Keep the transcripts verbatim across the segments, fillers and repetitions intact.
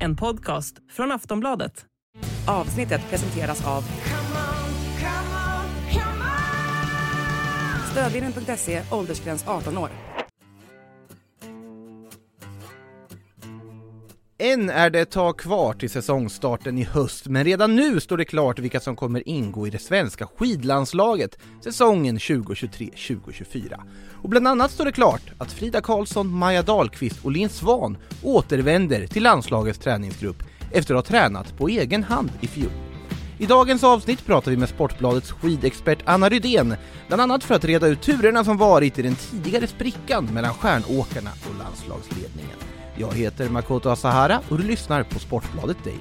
En podcast från Aftonbladet. Avsnittet presenteras av Stödvinnen punkt se, åldersgräns arton år. Än är det ett tag kvar till säsongstarten i höst, men redan nu står det klart vilka som kommer ingå i det svenska skidlandslaget säsongen tjugo tjugotre tjugo tjugofyra. Och bland annat står det klart att Frida Karlsson, Maja Dahlqvist och Linn Svahn återvänder till landslagets träningsgrupp efter att ha tränat på egen hand i fjol. I dagens avsnitt pratar vi med Sportbladets skidexpert Anna Rydén, bland annat för att reda ut turerna som varit i den tidigare sprickan mellan stjärnåkarna och landslagsledningen. Jag heter Makoto Asahara och du lyssnar på Sportbladet Daily.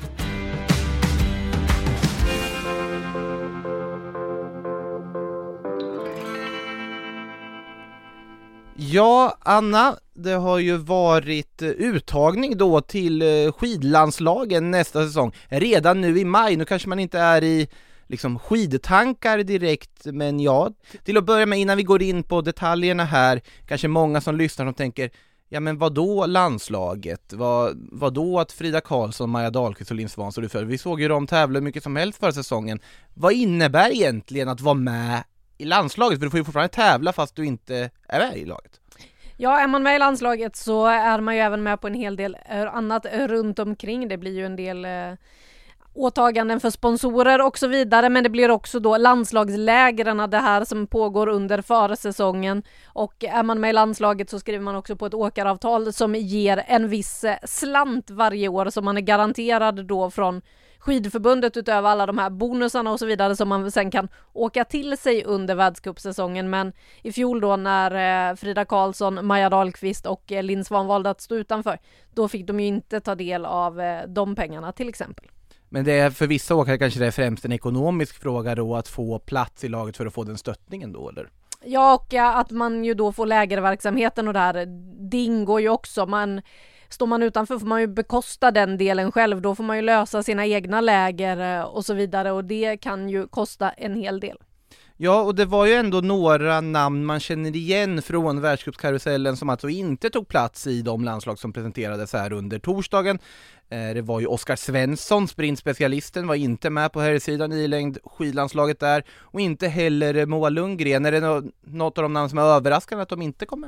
Ja, Anna, det har ju varit uttagning då till skidlandslagen nästa säsong. Redan nu i maj, nu kanske man inte är i liksom skidtankar direkt, men ja. Till att börja med, innan vi går in på detaljerna här, kanske många som lyssnar och tänker, ja men vad då landslaget? Vad, vad då att Frida Karlsson, Maja Dahlqvist och Linn Svahn så du för? Vi såg ju dem tävla mycket som helst förra säsongen. Vad innebär egentligen att vara med i landslaget? För du får ju fortfarande tävla fast du inte är med i laget. Ja, är man med i landslaget så är man ju även med på en hel del annat runt omkring. Det blir ju en del eh, åtaganden för sponsorer och så vidare, men det blir också då landslagslägren, det här som pågår under försäsongen, och är man med i landslaget så skriver man också på ett åkaravtal som ger en viss slant varje år som man är garanterad då från skidförbundet utöver alla de här bonusarna och så vidare som man sen kan åka till sig under världscupsäsongen. Men i fjol då när Frida Karlsson, Maja Dahlqvist och Linn Svahn valde att stå utanför, då fick de ju inte ta del av de pengarna till exempel. Men det är för vissa åkare kanske det är främst en ekonomisk fråga då att få plats i laget för att få den stöttningen då, eller? Ja, och att man ju då får lägerverksamheten och det här, det ingår ju också. Man, står man utanför får man ju bekosta den delen själv. Då får man ju lösa sina egna läger och så vidare, och det kan ju kosta en hel del. Ja, och det var ju ändå några namn man känner igen från världscupskarusellen som alltså inte tog plats i de landslag som presenterades här under torsdagen. Det var ju Oskar Svensson, sprintspecialisten, var inte med på här sidan i längd skidlandslaget där, och inte heller Moa Lundgren. Är det något av de namn som är överraskande att de inte kom med?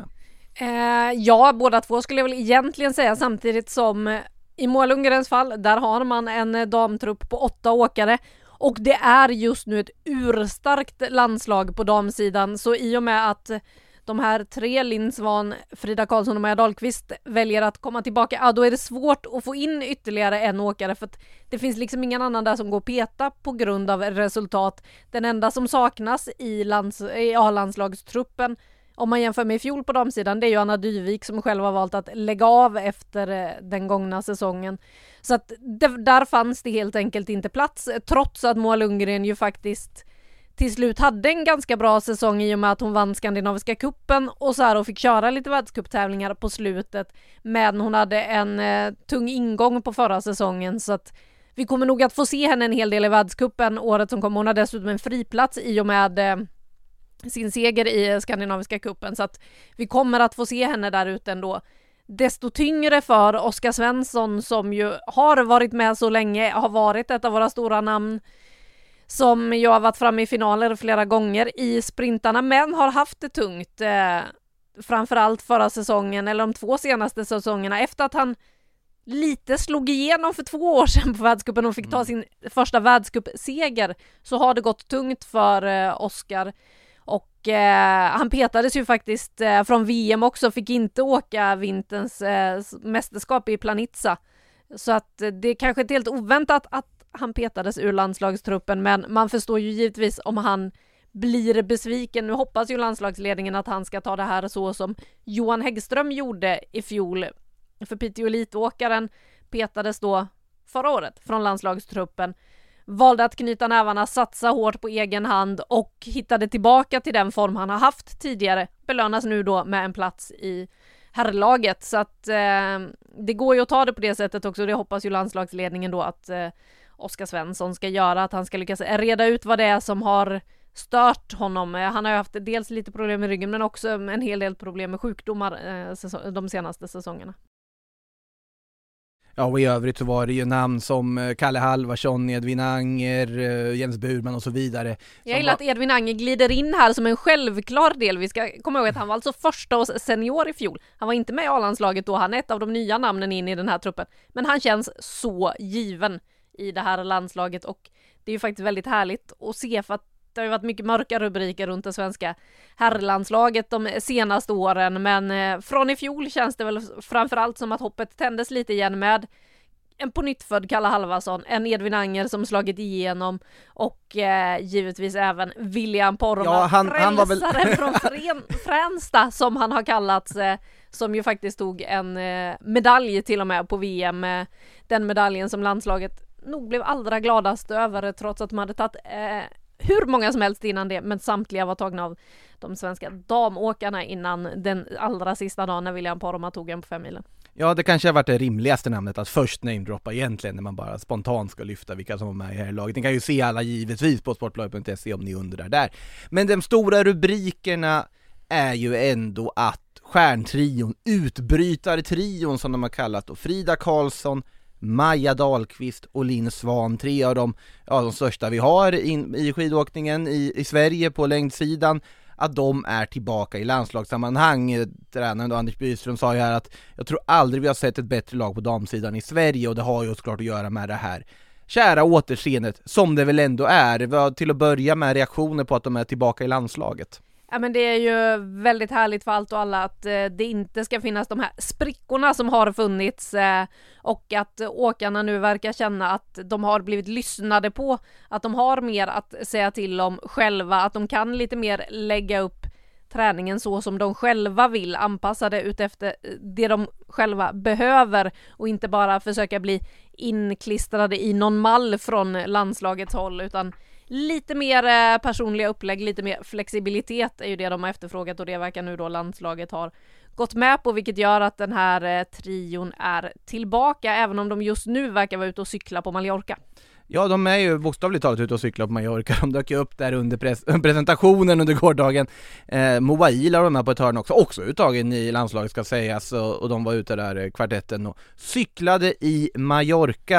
Eh, ja, båda två skulle jag väl egentligen säga, samtidigt som i Moa Lundgrens fall, där har man en damtrupp på åtta åkare. Och det är just nu ett urstarkt landslag på damsidan, så i och med att de här tre, Linn Svahn, Frida Karlsson och Maja Dahlqvist, väljer att komma tillbaka, ja, då är det svårt att få in ytterligare en åkare, för att det finns liksom ingen annan där som går att peta på grund av resultat. Den enda som saknas i, lands, i A-landslagstruppen, om man jämför med i fjol på damsidan, det är ju Anna Dyvik som själv har valt att lägga av efter den gångna säsongen. Så att det, där fanns det helt enkelt inte plats, trots att Moa Lundgren ju faktiskt till slut hade en ganska bra säsong i och med att hon vann Skandinaviska kuppen och så här, och fick köra lite världscuptävlingar på slutet. Men hon hade en eh, tung ingång på förra säsongen, så att vi kommer nog att få se henne en hel del i världscupen året som kommer. Hon har dessutom en friplats i och med eh, sin seger i Skandinaviska kuppen, så att vi kommer att få se henne där ute ändå. Desto tyngre för Oskar Svensson, som ju har varit med så länge, har varit ett av våra stora namn, som ju har varit framme i finaler flera gånger i sprintarna, men har haft det tungt eh, framförallt förra säsongen, eller de två senaste säsongerna, efter att han lite slog igenom för två år sedan på världscupen och fick ta sin första världscupseger, så har det gått tungt för eh, Oskar. Och eh, han petades ju faktiskt eh, från V M också, fick inte åka vinterns eh, mästerskap i Planica. Så att eh, det är kanske inte helt oväntat att han petades ur landslagstruppen, men man förstår ju givetvis om han blir besviken. Nu hoppas ju landslagsledningen att han ska ta det här så som Johan Häggström gjorde i fjol. För Piteå Elitåkaren petades då förra året från landslagstruppen. Valde att knyta nävarna, satsa hårt på egen hand och hittade tillbaka till den form han har haft tidigare. Belönas nu då med en plats i herrlaget. Så att eh, det går ju att ta det på det sättet också. Det hoppas ju landslagsledningen då att eh, Oskar Svensson ska göra. Att han ska lyckas reda ut vad det är som har stört honom. Han har ju haft dels lite problem med ryggen, men också en hel del problem med sjukdomar eh, de senaste säsongerna. Ja, och i övrigt så var det ju namn som Kalle Halvarsson, Edvin Anger, Jens Burman och så vidare. Jag gillar var... att Edvin Anger glider in här som en självklar del. Vi ska komma ihåg att han var alltså första års senior i fjol. Han var inte med i A-landslaget då, han är ett av de nya namnen in i den här truppen. Men han känns så given i det här landslaget och det är ju faktiskt väldigt härligt att se, för att det har ju varit mycket mörka rubriker runt det svenska herrlandslaget de senaste åren, men från i fjol känns det väl framförallt som att hoppet tändes lite igen med en på nytt född Kalle Halvarsson, en Edvin Anger som slagit igenom och eh, givetvis även William Poromaa, ja, han, han var väl... från Frän, Fränsta som han har kallats, eh, som ju faktiskt tog en eh, medalj till och med på V M, eh, den medaljen som landslaget nog blev allra gladast över, trots att de hade tagit eh, hur många som helst innan det, men samtliga var tagna av de svenska damåkarna innan den allra sista dagen när William Poromaa tog en på fem milen. Ja, det kanske har varit det rimligaste namnet att först namedroppa egentligen när man bara spontant ska lyfta vilka som var med i här laget. Ni kan ju se alla givetvis på sportbladet punkt se om ni undrar där. Men de stora rubrikerna är ju ändå att stjärntrion, utbrytartrion som de har kallat, och Frida Karlsson, Maja Dahlqvist och Linn Svan, tre av de, ja, de största vi har in, i skidåkningen i, i Sverige på längdsidan, att de är tillbaka i landslagssammanhang. Tränaren då, Anders Byström, sa ju här att jag tror aldrig vi har sett ett bättre lag på damsidan i Sverige, och det har ju såklart att göra med det här kära återseendet som det väl ändå är. Vi har till att börja med reaktioner på att de är tillbaka i landslaget. Ja, men det är ju väldigt härligt för allt och alla att eh, det inte ska finnas de här sprickorna som har funnits eh, och att åkarna nu verkar känna att de har blivit lyssnade på, att de har mer att säga till om själva, att de kan lite mer lägga upp träningen så som de själva vill, anpassa det utefter det de själva behöver och inte bara försöka bli inklistrade i någon mall från landslagets håll, utan lite mer personliga upplägg, lite mer flexibilitet är ju det de har efterfrågat, och det verkar nu då landslaget har gått med på, vilket gör att den här eh, trion är tillbaka, även om de just nu verkar vara ute och cykla på Mallorca. Ja, de är ju bokstavligt talat ute och cykla på Mallorca. De dök ju upp där under pres- presentationen under gårdagen. Eh, Moa Ila var med på ett hörn också, också uttagen i landslaget ska sägas, och, och de var ute där, kvartetten, och cyklade i Mallorca.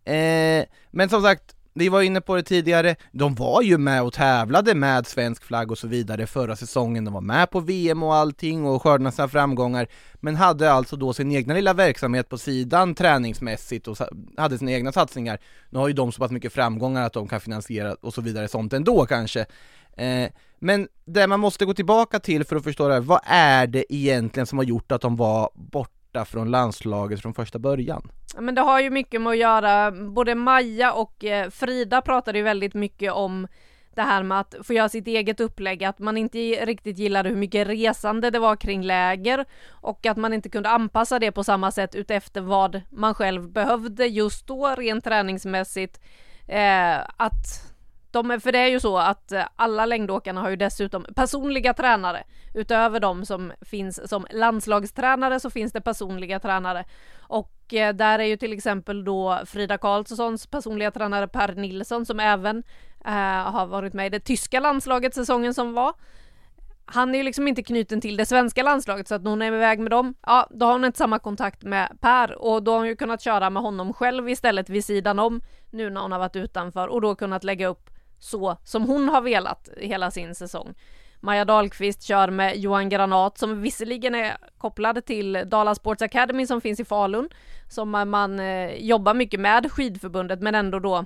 Eh, men som sagt, vi var inne på det tidigare, de var ju med och tävlade med svensk flagg och så vidare förra säsongen, de var med på V M och allting och skördade sina framgångar, men hade alltså då sin egna lilla verksamhet på sidan träningsmässigt och hade sina egna satsningar. Nu har ju de så pass mycket framgångar att de kan finansiera och så vidare sånt ändå kanske. Eh, men det man måste gå tillbaka till för att förstå det här, vad är det egentligen som har gjort att de var borta från landslaget från första början? Ja, men det har ju mycket med att göra. Både Maja och eh, Frida pratade ju väldigt mycket om det här med att få göra sitt eget upplägg, att man inte riktigt gillade hur mycket resande det var kring läger och att man inte kunde anpassa det på samma sätt utefter vad man själv behövde just då rent träningsmässigt. Eh, att De, för det är ju så att alla längdåkarna har ju dessutom personliga tränare. Utöver de som finns som landslagstränare så finns det personliga tränare. Och eh, där är ju till exempel då Frida Karlssons personliga tränare Per Nilsson, som även eh, har varit med i det tyska landslaget säsongen som var. Han är ju liksom inte knuten till det svenska landslaget, så att någon är iväg med dem, ja, då har hon inte samma kontakt med Per, och då har hon ju kunnat köra med honom själv istället vid sidan om nu när hon har varit utanför, och då kunnat lägga upp så som hon har velat hela sin säsong. Maja Dahlqvist kör med Johan Granat, som visserligen är kopplad till Dala Sports Academy som finns i Falun, som man eh, jobbar mycket med skidförbundet, men ändå då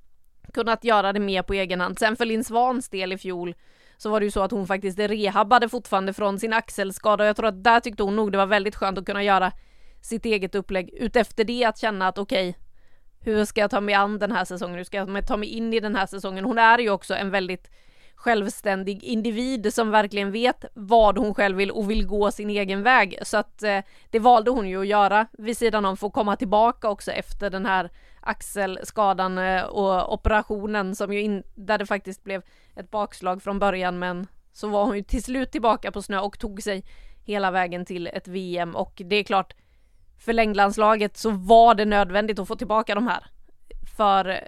kunnat göra det mer på egen hand. Sen för Linn Svans del i fjol så var det ju så att hon faktiskt rehabbade fortfarande från sin axelskada, och jag tror att där tyckte hon nog det var väldigt skönt att kunna göra sitt eget upplägg utefter det, att känna att okej, okay, hur ska jag ta mig an den här säsongen? Hur ska jag ta mig in i den här säsongen? Hon är ju också en väldigt självständig individ som verkligen vet vad hon själv vill och vill gå sin egen väg. Så att eh, det valde hon ju att göra vid sidan om, för att komma tillbaka också efter den här axelskadan eh, och operationen som ju in, där det faktiskt blev ett bakslag från början, men så var hon ju till slut tillbaka på snö och tog sig hela vägen till ett V M. Och det är klart, för längdlandslaget så var det nödvändigt att få tillbaka de här. För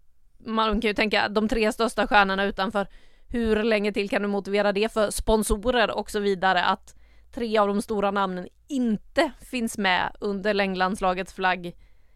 man kan ju tänka, de tre största stjärnorna utanför, hur länge till kan du motivera det för sponsorer och så vidare, att tre av de stora namnen inte finns med under längdlandslagets flagg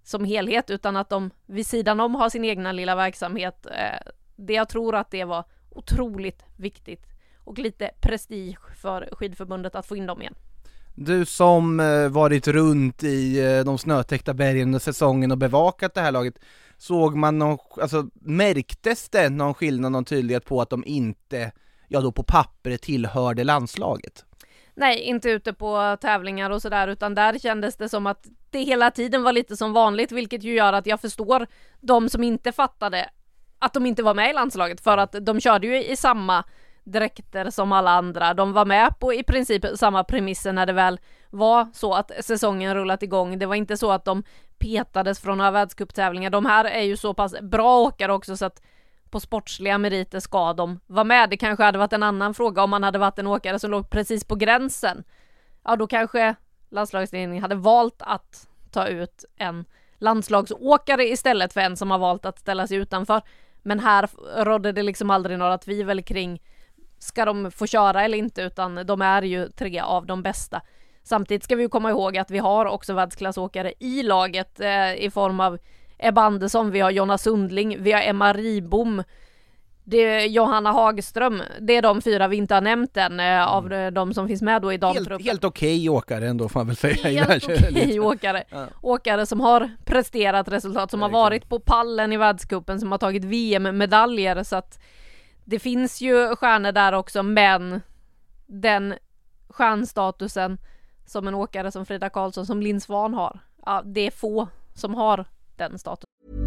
som helhet, utan att de vid sidan om har sin egna lilla verksamhet. Eh, det jag tror att det var otroligt viktigt och lite prestige för skidförbundet att få in dem igen. Du som eh, varit runt i eh, de snötäckta bergen under säsongen och bevakat det här laget, såg man någon, alltså märktes det någon skillnad, någon tydlighet på att de inte, ja då på pappret tillhörde landslaget? Nej, inte ute på tävlingar och sådär, utan där kändes det som att det hela tiden var lite som vanligt, vilket ju gör att jag förstår de som inte fattade att de inte var med i landslaget, för att de körde ju i samma dräkter som alla andra. De var med på i princip samma premisser när det väl var så att säsongen rullat igång. Det var inte så att de petades från några världscuptävlingar. De här är ju så pass bra åkare också, så att på sportsliga meriter ska de vara med. Det kanske hade varit en annan fråga om man hade varit en åkare som låg precis på gränsen. Ja, då kanske landslagsledningen hade valt att ta ut en landslagsåkare istället för en som har valt att ställa sig utanför. Men här rådde det liksom aldrig några tvivel kring ska de få köra eller inte, utan de är ju tre av de bästa. Samtidigt ska vi ju komma ihåg att vi har också världsklassåkare i laget eh, i form av Ebba Andersson, vi har Jonas Sundling, vi har Emma Ribom, det är Johanna Hagström. Det är de fyra vi inte har nämnt än eh, av mm. de som finns med då i damtruppen. Helt, helt okej åkare ändå får man väl säga. Helt okej åkare. Ja. Åkare som har presterat resultat, som har varit på pallen i världscupen, som har tagit V M-medaljer, så att det finns ju stjärnor där också, men den stjärnstatusen som en åkare som Frida Karlsson, som Linn Svan har, ja, det är få som har den statusen.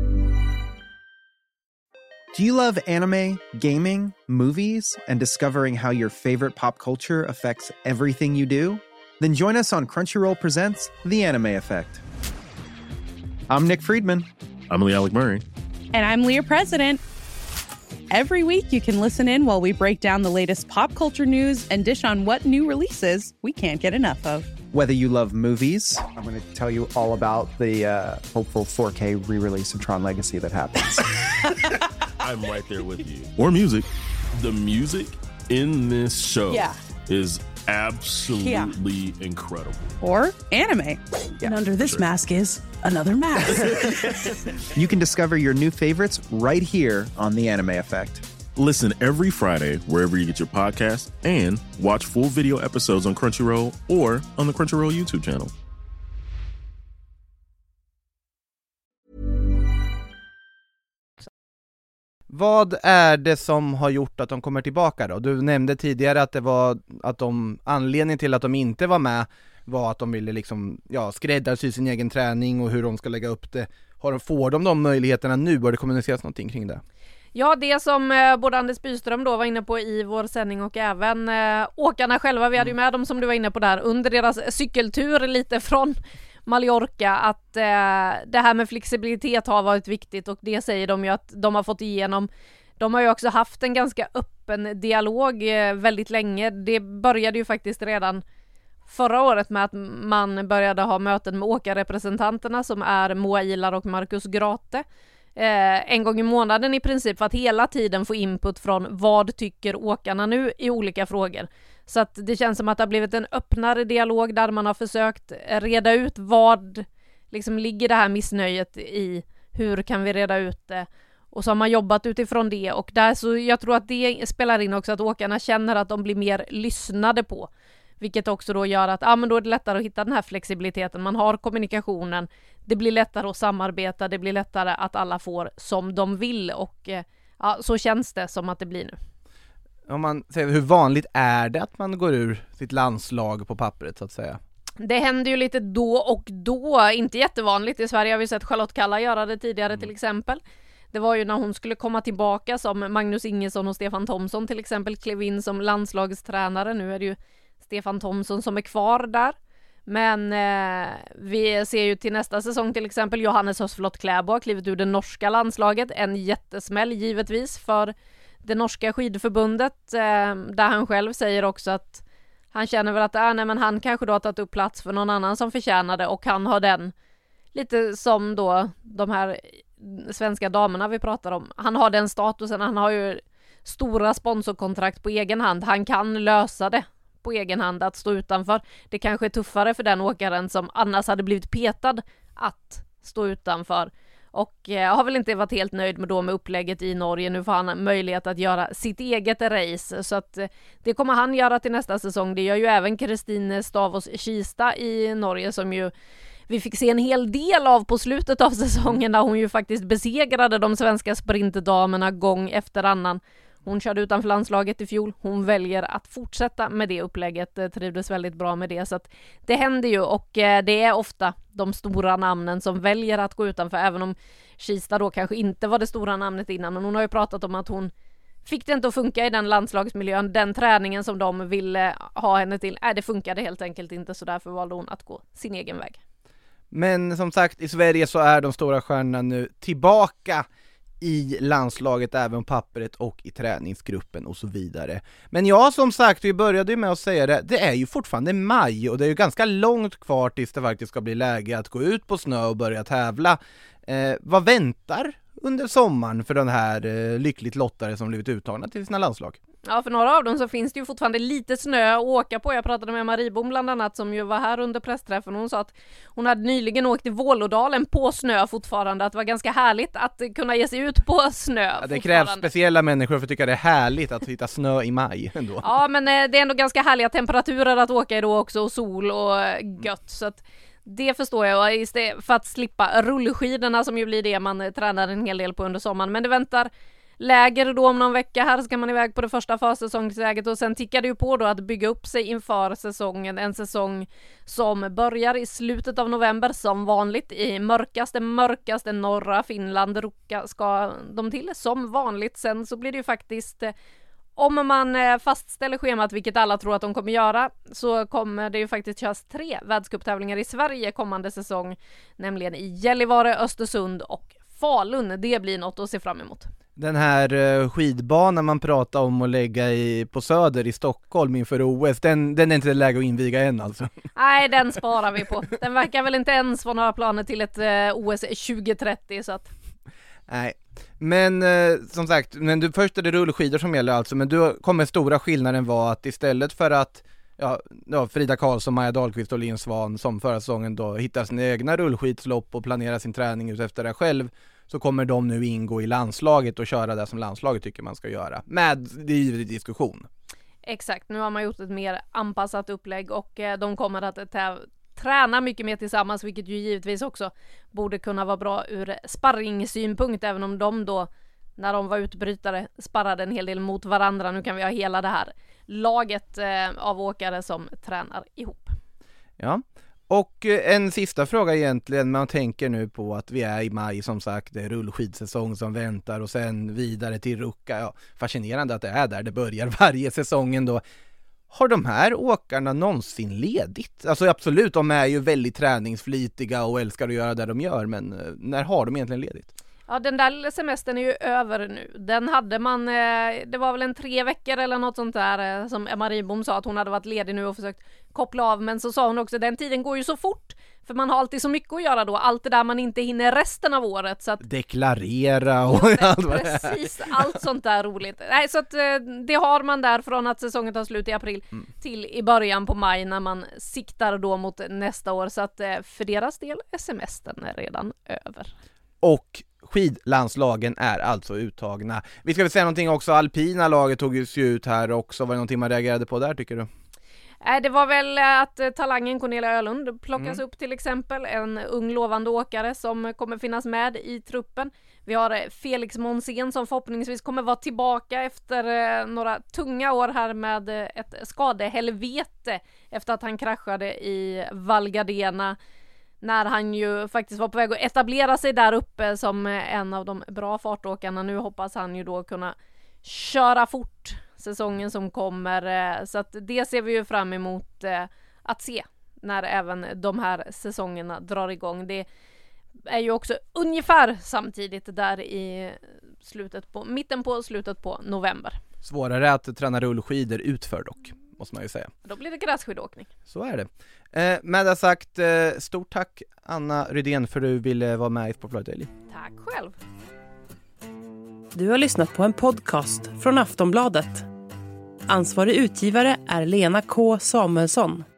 Do you love anime, gaming, movies, and discovering how your favorite pop culture affects everything you do? Then join us on Crunchyroll Presents The Anime Effect. I'm Nick Friedman. I'm Lee Alec Murray. And I'm Leah President. Every week you can listen in while we break down the latest pop culture news and dish on what new releases we can't get enough of. Whether you love movies, I'm going to tell you all about the uh, hopeful four K re-release of Tron Legacy that happens. I'm right there with you. Or music. The music in this show yeah. is absolutely yeah. incredible. Or anime. Yeah, and under this sure. mask is another mask. You can discover your new favorites right here on The Anime Effect. Listen every Friday wherever you get your podcast, and watch full video episodes on Crunchyroll or on the Crunchyroll YouTube channel. Vad är det som har gjort att de kommer tillbaka då? Du nämnde tidigare att det var att de, anledningen till att de inte var med var att de ville liksom, ja, skräddarsy sin egen träning och hur de ska lägga upp det. Har, får de de möjligheterna nu? Bör det kommuniceras någonting kring det? Ja, det som eh, både Anders Byström då var inne på i vår sändning och även eh, åkarna själva, vi hade ju med dem som du var inne på där under deras cykeltur lite från Mallorca, att eh, det här med flexibilitet har varit viktigt, och det säger de ju att de har fått igenom. De har ju också haft en ganska öppen dialog eh, väldigt länge. Det började ju faktiskt redan förra året med att man började ha möten med åkarrepresentanterna som är Moa Ilar och Marcus Grate. Eh, en gång i månaden i princip, för att hela tiden få input från vad tycker åkarna nu i olika frågor. Så att det känns som att det har blivit en öppnare dialog där man har försökt reda ut vad liksom ligger det här missnöjet i, hur kan vi reda ut det, och så har man jobbat utifrån det, och där så jag tror att det spelar in också, att åkarna känner att de blir mer lyssnade på, vilket också då gör att ja, men då är det lättare att hitta den här flexibiliteten, man har kommunikationen, det blir lättare att samarbeta, det blir lättare att alla får som de vill, och ja, så känns det som att det blir nu. Om man säger, hur vanligt är det att man går ur sitt landslag på pappret så att säga? Det händer ju lite då och då, inte jättevanligt. I Sverige har vi sett Charlotte Kalla göra det tidigare mm. till exempel. Det var ju när hon skulle komma tillbaka som Magnus Ingesson och Stefan Thomsson till exempel klev in som landslagstränare. Nu är det ju Stefan Thomsson som är kvar där. Men eh, vi ser ju till nästa säsong till exempel Johannes Hösflot Kläbo har klivit ur det norska landslaget. En jättesmäll givetvis för det norska skidförbundet, eh, där han själv säger också att han känner väl att äh, nej, men han kanske då har tagit upp plats för någon annan som förtjänade, och han har den, lite som då de här svenska damerna vi pratar om, han har den statusen, han har ju stora sponsorkontrakt på egen hand, han kan lösa det på egen hand. Att stå utanför, det kanske är tuffare för den åkaren som annars hade blivit petad att stå utanför. Och eh, har väl inte varit helt nöjd med, då med upplägget i Norge. Nu får han möjlighet att göra sitt eget race. Så att eh, det kommer han göra till nästa säsong. Det gör ju även Kristine Stavås Kista i Norge, som ju vi fick se en hel del av på slutet av säsongen, där hon ju faktiskt besegrade de svenska sprintdamerna gång efter annan. Hon körde utanför landslaget i fjol. Hon väljer att fortsätta med det upplägget. Trivdes väldigt bra med det. Så att det händer ju, och det är ofta de stora namnen som väljer att gå utanför. Även om Kista då kanske inte var det stora namnet innan. Men hon har ju pratat om att hon fick det inte att funka i den landslagsmiljön. Den träningen som de ville ha henne till. Nej, det funkade helt enkelt inte, så därför valde hon att gå sin egen väg. Men som sagt, i Sverige så är de stora stjärnorna nu tillbaka i landslaget, även pappret och i träningsgruppen och så vidare. Men ja, som sagt, vi började ju med att säga det, det är ju fortfarande maj och det är ju ganska långt kvar tills det faktiskt ska bli läge att gå ut på snö och börja tävla. Eh, vad väntar under sommaren för den här eh, lyckligt lottare som blivit uttagna till sina landslag? Ja, för några av dem så finns det ju fortfarande lite snö att åka på. Jag pratade med Marie Bom bland annat, som ju var här under pressträffen. Hon sa att hon hade nyligen åkt i Vålådalen på snö fortfarande. Att det var ganska härligt att kunna ge sig ut på snö. Ja, det krävs speciella människor för att tycka det är härligt att hitta snö i maj ändå. Ja, men det är ändå ganska härliga temperaturer att åka i då också, och sol och gött. Så att det förstår jag, istället för att slippa rullskidorna som ju blir det man tränar en hel del på under sommaren. Men det väntar läger då om någon vecka. Här ska man iväg på det första försäsongsläget, och sen tickar det ju på då att bygga upp sig inför säsongen. En säsong som börjar i slutet av november som vanligt i mörkaste, mörkaste norra Finland. Ruka ska de till som vanligt. Sen så blir det ju faktiskt, om man fastställer schemat, vilket alla tror att de kommer göra, så kommer det ju faktiskt köras tre världscuptävlingar i Sverige kommande säsong. Nämligen i Gällivare, Östersund och Falun. Det blir något att se fram emot. Den här skidbanan man pratar om att lägga i, på Söder i Stockholm inför O S, den, den är inte läge att inviga än alltså. Nej, den sparar vi på. Den verkar väl inte ens få några planer till ett eh, O S tjugo trettio, så att... Nej, men eh, som sagt, men du, först är det rullskidor som gäller alltså, men du kommer stora skillnaden var att istället för att ja, ja, Frida Karlsson, Maja Dahlqvist och Linn Svan som förra säsongen då hittar sina egna rullskidslopp och planerar sin träning ut efter det själv, så kommer de nu ingå i landslaget och köra det som landslaget tycker man ska göra. Med det är ju diskussion. Exakt, nu har man gjort ett mer anpassat upplägg, och eh, de kommer att täv- träna mycket mer tillsammans, vilket ju givetvis också borde kunna vara bra ur sparringssynpunkt, även om de då, när de var utbrytare, sparrade en hel del mot varandra. Nu kan vi ha hela det här laget eh, av åkare som tränar ihop. Ja. Och en sista fråga egentligen, man tänker nu på att vi är i maj, som sagt, det är rullskidsäsong som väntar och sen vidare till Ruka. Ja, fascinerande att det är där det börjar varje säsong ändå. Har de här åkarna någonsin ledigt? Alltså absolut, de är ju väldigt träningsflitiga och älskar att göra det de gör, men när har de egentligen ledigt? Ja, den där semestern är ju över nu. Den hade man, det var väl en tre veckor eller något sånt där, som Marie Bom sa att hon hade varit ledig nu och försökt koppla av. Men så sa hon också, den tiden går ju så fort, för man har alltid så mycket att göra då. Allt det där man inte hinner resten av året. Så att, deklarera och ja, allt vad det är. Precis, allt sånt där roligt. Nej, så att det har man där från att säsongen tar slut i april mm. till i början på maj, när man siktar då mot nästa år. Så att för deras del är semestern redan över. Och skidlandslagen är alltså uttagna. Vi ska väl säga någonting också, alpina laget tog ju sig ut här också. Var det någonting man reagerade på där, tycker du? Det var väl att talangen Cornelia Ölund plockas mm. upp till exempel. En ung lovande åkare som kommer finnas med i truppen. Vi har Felix Monsen som förhoppningsvis kommer vara tillbaka efter några tunga år här med ett skadehelvete efter att han kraschade i Val Gardena, när han ju faktiskt var på väg att etablera sig där uppe som en av de bra fartåkarna. Nu hoppas han ju då kunna köra fort säsongen som kommer. Så att det ser vi ju fram emot att se när även de här säsongerna drar igång. Det är ju också ungefär samtidigt där i slutet på, mitten på slutet på november. Svårare att träna rullskidor utför dock, måste man ju säga. Då blir det grässkidåkning. Så är det. Eh, med det sagt, eh, stort tack Anna Rydén för att du ville vara med i Sportbladet Daily. Tack själv. Du har lyssnat på en podcast från Aftonbladet. Ansvarig utgivare är Lena K. Samuelsson.